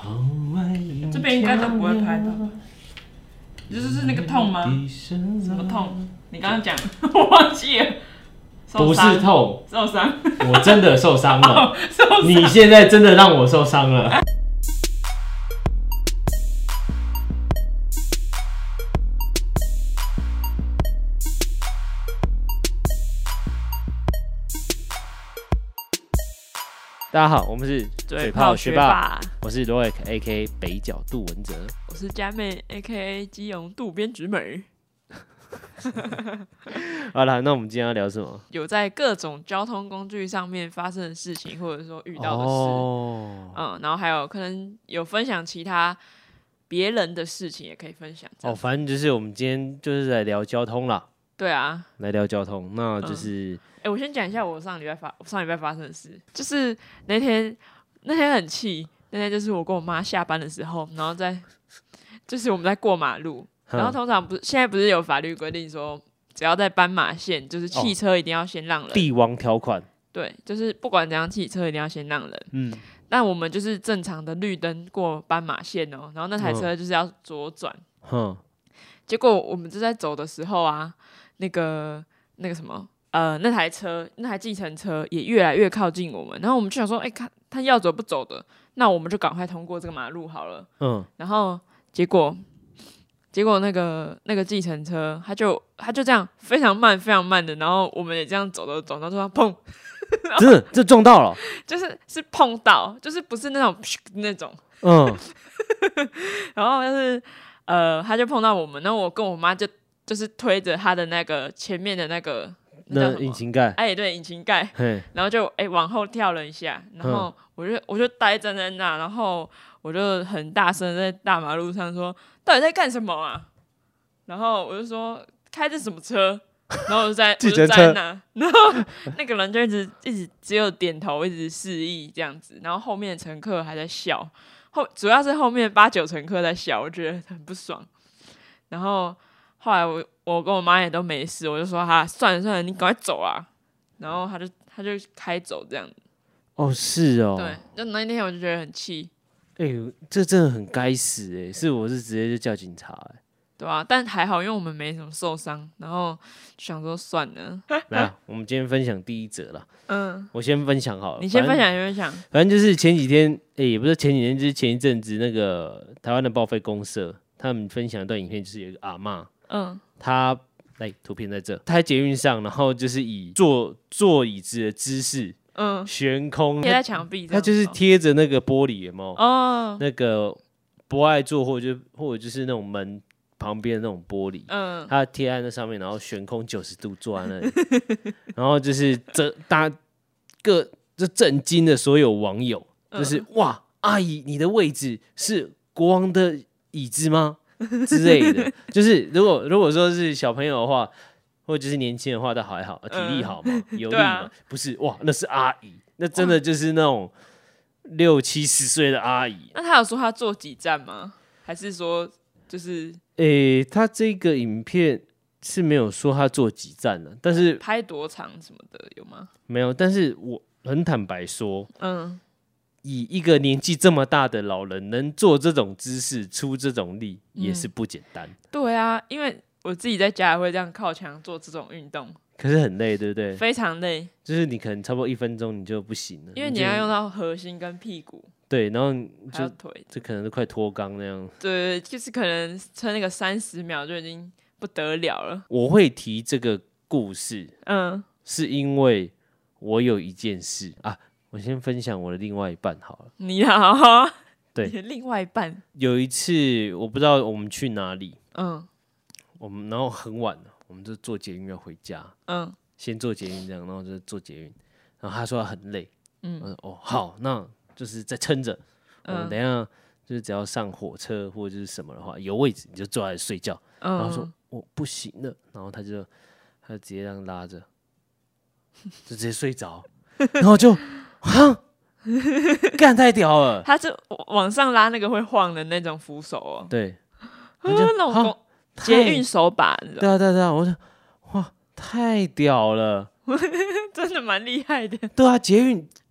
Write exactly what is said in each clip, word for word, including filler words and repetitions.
这边应该都不会拍到吧？就是那个痛吗？什么痛？你刚刚讲，我忘记了。 不是痛， 受伤。 我真的受伤了。 哦、受伤你现在真的让我受伤了。大家好，我们是嘴炮学霸， 我是罗 A K A 北角杜文哲， 我是佳妹 A K A 基隆渡边直美。 好了，那我们今天要聊什么？ 有在各种交通工具上面发生的事情，或者说遇到的事，哦、嗯，然后还有可能有分享其他别人的事情，也可以分享。 哦，反正就是我们今天就是来聊交通啦。 对啊， 来聊交通，那就是。 嗯哎、欸，我先讲一下我上礼拜发上礼拜发生的事，就是那天那天很气，那天就是我跟我妈下班的时候，然后在就是我们在过马路，然后通常不是现在不是有法律规定说，只要在斑马线，就是汽车一定要先让人，哦、 帝王条款， 对，就是不管怎样，汽车一定要先让人，嗯，但我们就是正常的绿灯过斑马线哦，然后那台车就是要左转，嗯，结果我们就在走的时候啊，那个那个什么。呃，那台车，那台计程车也越来越靠近我们，然后我们就想说，哎、欸，看他要走不走的，那我们就赶快通过这个马路好了。嗯，然后结果，结果那个那个计程车，他就他就这样非常慢、非常慢的，然后我们也这样走的走到，说砰， 真的这撞到了， 就是是碰到，就是不是那种那种，嗯，然后就是呃，他就碰到我们，然后我跟我妈就就是推着他的那个前面的那个。 那引擎盖， 哎，对，引擎盖，然后就哎往后跳了一下，然后我就我就呆站在那，然后我就很大声在大马路上说，到底在干什么啊？然后我就说开的什么车？然后我就在我就在那，然后那个人就一直一直只有点头，一直示意这样子，然后后面的乘客还在笑，后主要是后面八九乘客在笑，我觉得很不爽，然后。后来我我跟我妈也都没事，我就说哈算了算了，你赶快走啊！然后他就他就开走这样。 哦，是哦。 对，就那一天我就觉得很气。 哎、欸，这真的很该死哎！是我是直接就叫警察哎。 对啊，但还好，因为我们没什么受伤，然后就想说算了。 来，我们今天分享第一则啦。嗯，我先分享好了。 你先分享，你分享。 反正就是前几天，哎、欸，也不是前几天，就是前一阵子那个台湾的报废公社，他们分享一段影片，就是有一个阿嬷。嗯，他来图片在这，他在捷运上，然后就是以坐坐椅子的姿势，嗯，悬空贴在墙壁， 他就是贴着那个玻璃，有没有？哦，那个不爱坐或者就或者就是那种门旁边的那种玻璃，嗯，他贴在那上面，然后悬空九十度坐在那里，然后就是这大各这震惊的所有网友，就是、嗯、哇，阿姨，你的位置是国王的椅子吗？之类的，就是如果如果说是小朋友的话，或者就是年轻人的话，倒还好，体力好嘛，有力嘛，啊、不是哇，那是阿姨，那真的就是那种六七十岁的阿姨。 那他有说他坐几站吗？还是说就是？ 诶、欸，他这个影片是没有说他坐几站的，但是拍多长什么的有吗？ 没有，但是我很坦白说，嗯。以一个年纪这么大的老人能做这种姿势出这种力也是不简单、嗯、 对啊，因为我自己在家也会这样靠墙做这种运动， 可是很累对不对？ 非常累， 就是你可能差不多一分钟你就不行了， 因为你要用到核心跟屁股， 对，然后就腿， 这可能都快脱肛那样， 对，就是可能撑那个三十秒就已经不得了了。 我会提这个故事嗯，是因为我有一件事啊，我先分享我的另外一半好了。 你好， 对， 你的另外一半。有一次我不知道我们去哪里，嗯，我们然后很晚了，我们就坐捷运要回家，嗯，先坐捷运这样，然后就坐捷运，然后他说他很累，嗯，我说哦好，那就是再撑着，嗯、我们等一下就是只要上火车或者是什么的话，有位置你就坐在睡觉，嗯、然后说我不行了，然后他就他就直接这样拉着，就直接睡着，然后就。啊！干太屌了！ 他是往上拉那个会晃的那种扶手哦。 对， 啊、那种捷运手把， 对啊对啊对啊！我说哇，太屌了， 真的蛮厉害的。 对啊，捷运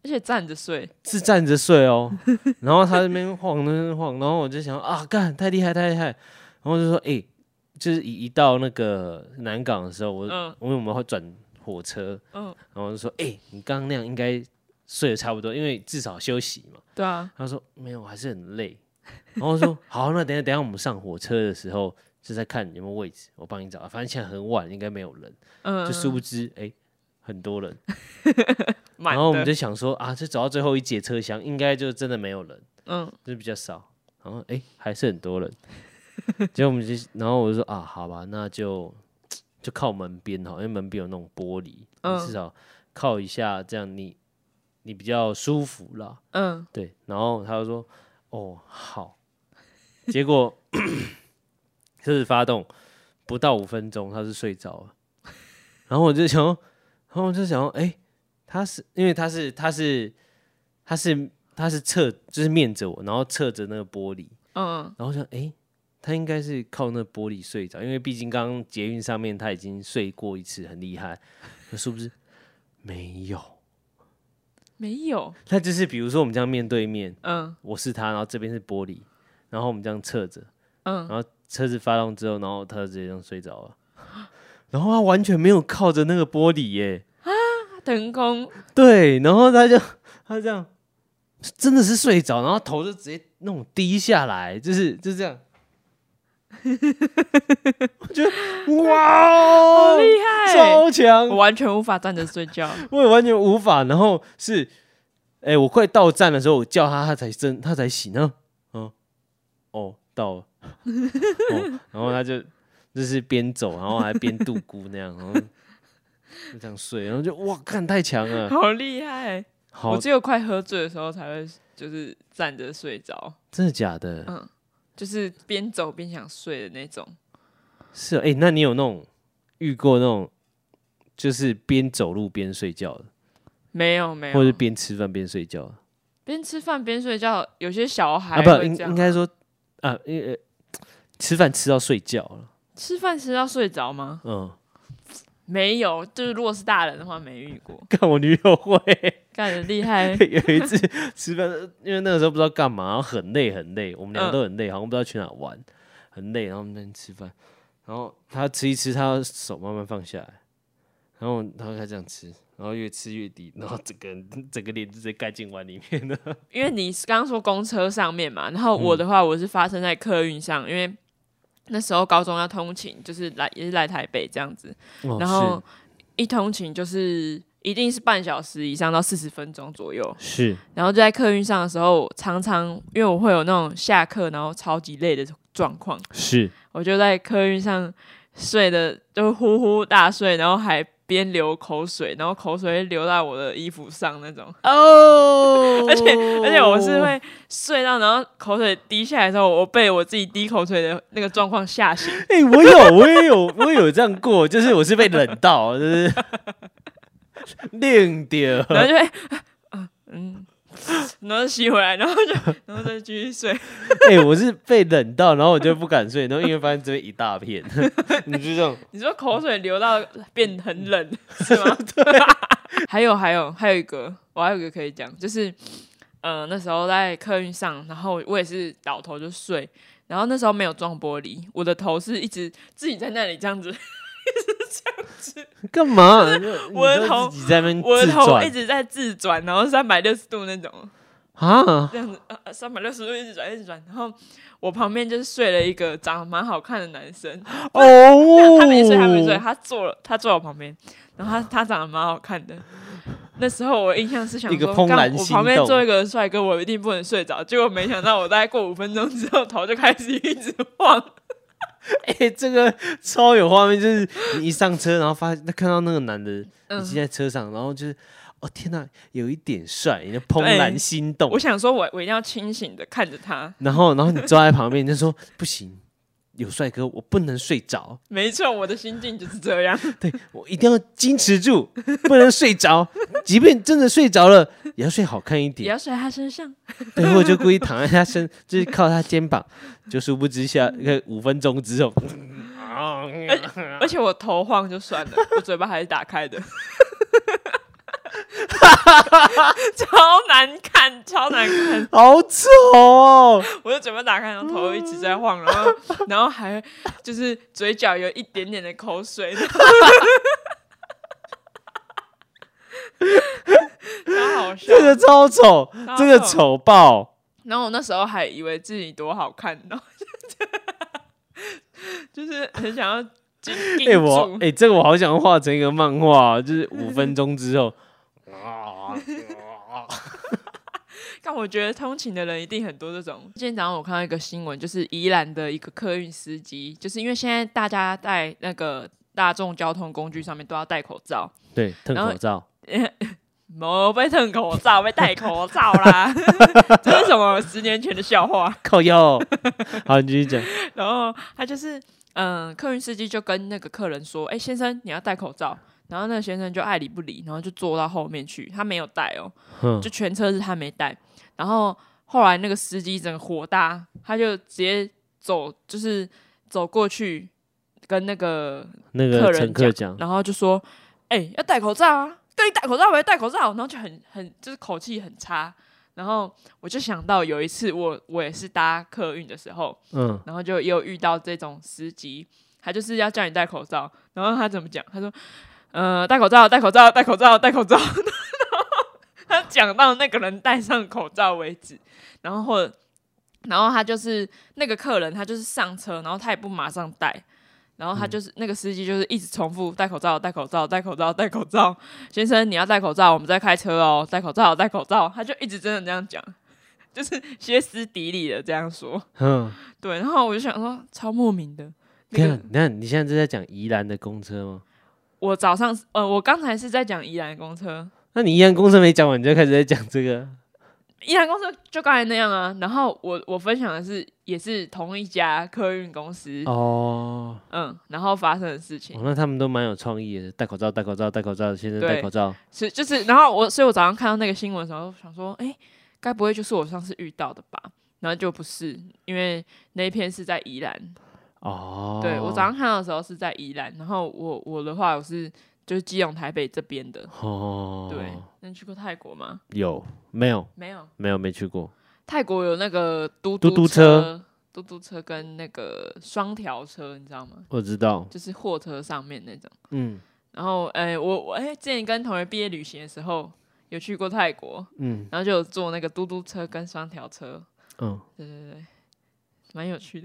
而且站着睡， 是站着睡哦。然后他那边晃那边晃，然后我就想啊，干太厉害太厉害。然后就说哎、欸，就是一一到那个南港的时候，我、嗯、因为我们会转火车，嗯，然后就说哎、欸，你刚刚那样应该睡得差不多，因为至少休息嘛。 对啊。 他说没有，还是很累。然后我说好，那等一下等一下我们上火车的时候。就在看有没有位置，我帮你找。反正现在很晚，应该没有人。嗯，就殊不知，哎、欸，很多人。然后我们就想说啊，就走到最后一节车厢，应该就真的没有人。嗯，就比较少。然后哎、欸，还是很多人。结果我们就，然后我就说啊，好吧，那就就靠门边哈，因为门边有那种玻璃，嗯、至少靠一下，这样你你比较舒服啦。嗯，对。然后他就说，哦，好。结果。车子发动不到五分钟，他是睡着了。然后我就想，然后我就想，哎、欸，他是因为他是他是他是他是侧就是面着我，然后侧着那个玻璃，嗯，然后想，哎、欸，他应该是靠那玻璃睡着，因为毕竟刚刚捷运上面他已经睡过一次，很厉害。可是不是没有？ 没有。 他就是比如说我们这样面对面，嗯，我是他，然后这边是玻璃，然后我们这样侧着，嗯，然后。车子发动之后，然后他直接这样睡着了，然后他完全没有靠着那个玻璃耶， 啊，腾空， 对，然后他就他这样，真的是睡着，然后头就直接那种低下来，就是就这样，我觉得哇， 好厉害， 超强， 我完全无法站着睡觉， 我也完全无法。然后是，哎、欸，我快到站的时候，我叫他，他才真，他才醒呢，嗯，哦，到了。哦、然后他就就是边走，然后还边度咕那样，然后就这样睡，然后就哇，看太强了， 好厉害！我只有快喝醉的时候才会就是站着睡着， 真的假的？ 嗯，就是边走边想睡的那种。 是哎、欸，那你有那种遇过那种就是边走路边睡觉的？ 没有没有， 或者边吃饭边睡觉的？ 边吃饭边睡觉，有些小孩啊不，应应该说啊，呃。吃饭吃到睡觉了， 吃饭吃到睡着吗？嗯，没有，就是如果是大人的话没遇过。 干我女友会， 干得厉害。 有一次吃饭，因为那个时候不知道干嘛，然后很累很累，我们两个都很累，嗯、好像不知道去哪玩，很累，然后我们在那边吃饭，然后他吃一吃，他手慢慢放下来，然后他开始这样吃，然后越吃越低，然后整个人整个脸就直接盖进碗里面了。 因为你刚刚说公车上面嘛，然后我的话我是发生在客运上，因为。那时候高中要通勤，就是来也是来台北这样子，哦、然后一通勤就是一定是半小时以上到四十分钟左右。 是， 然后就在客运上的时候，常常因为我会有那种下课然后超级累的状况， 是， 我就在客运上睡的就呼呼大睡，然后还边流口水，然后口水流到我的衣服上那种哦，而且而且我是会睡到，然后口水滴下来的时候，我被我自己滴口水的那个状况吓醒。 哎、欸，我有，我也有，我也有这样过，就是我是被冷到，就是冷掉， 然后就会嗯嗯。然后吸回来，然后就，然后再继续睡。 哎、欸，我是被冷到，然后我就不敢睡，然后因为发现这边一大片，你就这样。 你说口水流到变很冷是吗？对。还有还有还有一个，我还有一个可以讲，就是呃那时候在客运上，然后我也是倒头就睡，然后那时候没有撞玻璃，我的头是一直自己在那里这样子。一直这样子干嘛？ 我的头自己在那边我的头一直在自转，然后三百六十度那种啊，这样子呃，三百六十度一直转一直转，然后我旁边就是睡了一个长得蛮好看的男生哦，他没睡，他没睡，他坐了，他坐我旁边，然后他他长得蛮好看的。那时候我印象是想说，刚我旁边坐一个帅哥，我一定不能睡着。结果没想到，我大概过五分钟之后，头就开始一直晃。 哎、欸，这个超有画面，就是你一上车，然后发现看到那个男的已经在车上，嗯、然后就是哦天哪，有一点帅，你就怦然心动。 我想说我，我我一定要清醒的看着他。 然后，然后你坐在旁边，你就说不行，有帅哥，我不能睡着。 没错，我的心境就是这样。 对，我一定要矜持住，不能睡着。即便真的睡着了，也要睡好看一点， 也要睡在他身上。 对，我就故意躺在他身，就是靠他肩膀，就殊不知下五分钟之后， 而且而且我头晃就算了，我嘴巴还是打开的。 超难看，超难看， 好丑哦！ 我就准备打开，然后头一直在晃，然后然后还就是嘴角有一点点的口水，超好笑， 这个超丑，这个丑爆。 然后我那时候还以为自己多好看，然后就是很想要。哎、欸、 我哎、欸，这个我好想画成一个漫画，就是五分钟之后。 但我觉得通勤的人一定很多这种。今天早上我看到一个新闻，就是宜兰的一个客运司机，就是因为现在大家在那个大众交通工具上面都要戴口罩， 对，戴口罩。 没被戴口罩，被戴口罩啦！这是什么十年前的笑话？ 靠腰。好，你继续讲。 然后他就是。嗯，客运司机就跟那个客人说：“哎、欸，先生，你要戴口罩。”然后那个先生就爱理不理，然后就坐到后面去，他没有戴哦，就全车是他没戴。然后后来那个司机整个火大，他就直接走，就是走过去跟那个那个乘客讲， 然后就说：“哎、欸，要戴口罩啊，跟你戴口罩没戴口罩。”然后就很很就是口气很差。然后我就想到有一次我我也是搭客运的时候，嗯，然后就也有遇到这种司机，他就是要叫你戴口罩，然后他怎么讲？他说，呃，戴口罩，戴口罩，戴口罩，戴口罩。然后他讲到那个人戴上口罩为止，然后或者，然后他就是那个客人，他就是上车，然后他也不马上戴。然后他就是、嗯、那个司机，就是一直重复戴口罩、戴口罩、戴口罩、戴口罩。先生，你要戴口罩，我们在开车哦。戴口罩、戴口罩，他就一直真的这样讲，就是歇斯底里的这样说。嗯，对。然后我就想说，超莫名的。 那个、那你现在是在讲宜兰的公车吗？ 我早上呃，我刚才是在讲宜兰的公车。 那你宜兰公车没讲完，你就开始在讲这个？ 宜兰公司就刚才那样啊，然后我我分享的是也是同一家客运公司哦，嗯，然后发生的事情。 哦，那他们都蛮有创意的，戴口罩，戴口罩，戴口罩，先生戴口罩， 是就是，然后我所以，我早上看到那个新闻的时候，想说，哎、欸，该不会就是我上次遇到的吧？然后就不是，因为那一篇是在宜兰哦，对我早上看到的时候是在宜兰，然后我我的话我是。就是基隆台北这边的哦，对，那你去过泰国吗？ 有，没有？ 没有， 没有，没去过。 泰国有那个嘟嘟嘟车，嘟嘟车跟那个双条车，你知道吗？ 我知道， 就是货车上面那种。嗯，然后哎、欸，我我哎、欸，之前跟同学毕业旅行的时候有去过泰国，嗯，然后就有坐那个嘟嘟车跟双条车，嗯，对对对，蛮有趣的。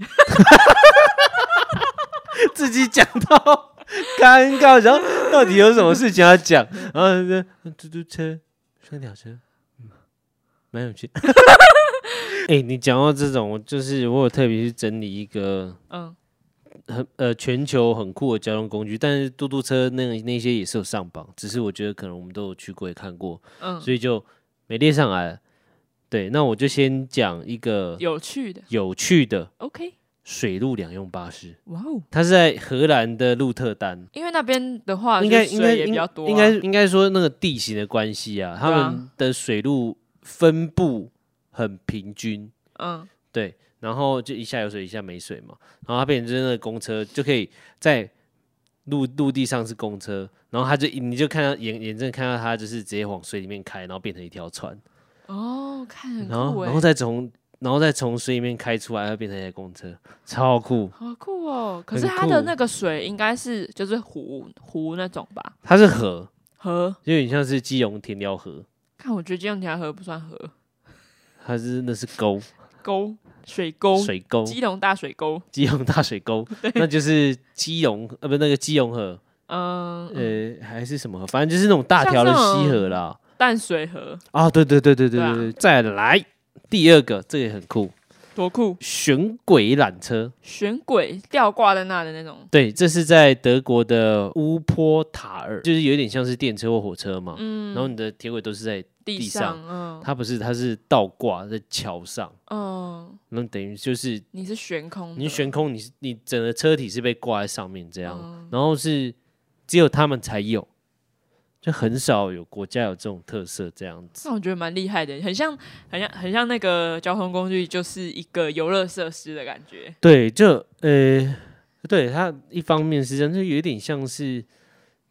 自己讲到。尴尬，然后到底有什么事情要讲？然后就嘟嘟车、双条车，嗯，蛮有趣。哎、欸，你讲到这种，就是我有特别去整理一个，嗯，很呃全球很酷的交通工具，但是嘟嘟车那那些也是有上榜，只是我觉得可能我们都有去过也看过，嗯，所以就没列上来了。对，那我就先讲一个有趣的， 有趣的 ，OK。 水陆两用巴士，哇哦！它是在荷兰的鹿特丹， 因为那边的话， 应该应该也比较多、啊， 应该应该说那个地形的关系啊，他们的水路分布很平均，嗯，对，然后就一下有水，一下没水嘛，然后它变成就是那个公车就可以在陆陆地上是公车，然后它就你就看到眼眼睁看到它就是直接往水里面开，然后变成一条船， 哦，看很酷， 然后然后再从。然后再从水里面开出来，会变成一台公车，超酷， 好酷哦！可是它的那个水应该是就是湖湖那种吧？ 它是河， 河有点像是基隆田寮河。 看，我觉得基隆田寮河不算河， 它是那是沟， 沟水沟， 水沟， 基隆大水沟， 基隆大水沟，那就是基隆呃不那个基隆河，嗯呃还是什么河，反正就是那种大条的溪河啦， 淡水河啊，对对对对对对对，再来。第二个，这个也很酷， 多酷！ 悬轨缆车， 悬轨吊挂在那的那种。 对，这是在德国的乌波塔尔，就是有点像是电车或火车嘛。嗯。然后你的铁轨都是在地上，地上嗯，它不是，它是倒挂在桥上。嗯。那等于就是你是悬空的， 你悬空，你是你整个车体是被挂在上面这样，嗯、然后是只有他们才有。就很少有国家有这种特色，这样子。 那我觉得蛮厉害的，很像，很像，很像那个交通工具，就是一个游乐设施的感觉。 对，就呃，对它一方面是这样，就有点像是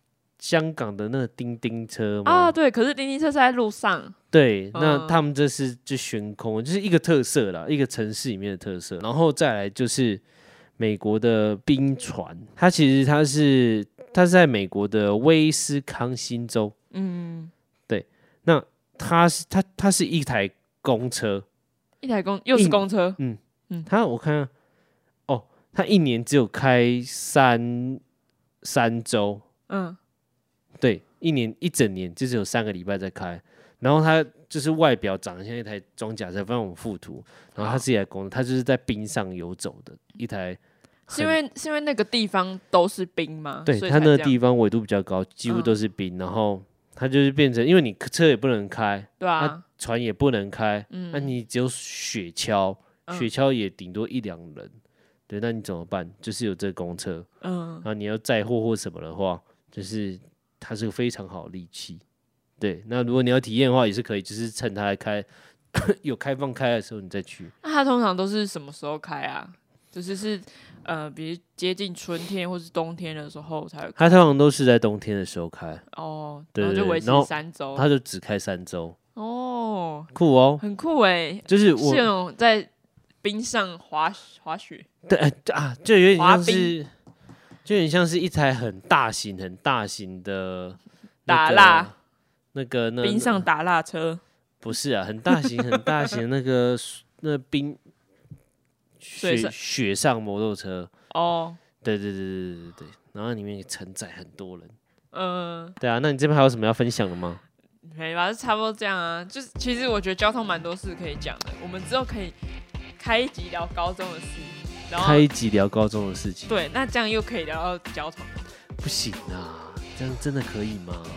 香港的那个叮叮车吗？ 啊，对，可是叮叮车是在路上。 对，那他们这是就悬空，就是一个特色啦，一个城市里面的特色。然后再来就是美国的冰船，它其实它是它是在美国的威斯康星州。嗯，对，那它是它它是一台公车， 一台公又是公车。 嗯嗯，它我看哦，它一年只有开三三周。嗯，对，一年一整年就只有三个礼拜在开。然后它就是外表长得像一台装甲车，放我们附图。然后它是一台公车，它就是在冰上游走的一台。 是因为是因为那个地方都是冰吗？ 对，它那个地方纬度比较高，几乎都是冰。嗯、然后它就是变成，因为你车也不能开， 对啊， 船也不能开，嗯，那你只有雪橇，雪橇也顶多一两人。对，那你怎么办？就是有这个公车，嗯，然后你要载货或什么的话，就是它是个非常好的利器。对，那如果你要体验的话，也是可以，就是趁它开有开放开的时候你再去。 那它通常都是什么时候开啊？就是是呃，比如接近春天或是冬天的时候才会开。 它通常都是在冬天的时候开。 哦，对对对，然后就维持三周， 它就只开三周。 哦， 酷哦， 很酷哎， 就是我是那种在冰上滑滑雪。 对啊，就有点像是，就有点像是一台很大型、很大型的、那個、 打蜡。 那个那冰上打蜡车不是啊，很大型很大型的那个那冰雪雪上摩托车哦，对对对对对对，然后里面承载很多人，嗯、呃，对啊，那你这边还有什么要分享的吗？ 没吧，就差不多这样啊。就是其实我觉得交通蛮多事可以讲的，我们之后可以开一集聊高中的事，然后开一集聊高中的事情。 对，那这样又可以聊到交通。 不行啊，这样真的可以吗？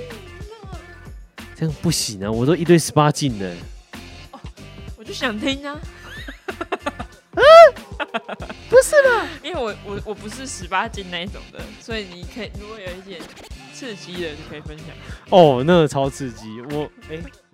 这样不行啊！我都一对十八禁的、 哦，我就想听啊！ 啊不是吧？ 因为我我我不是十八禁那一种的，所以你可以如果有一点刺激的，就可以分享。 哦，那个超刺激！我哎。欸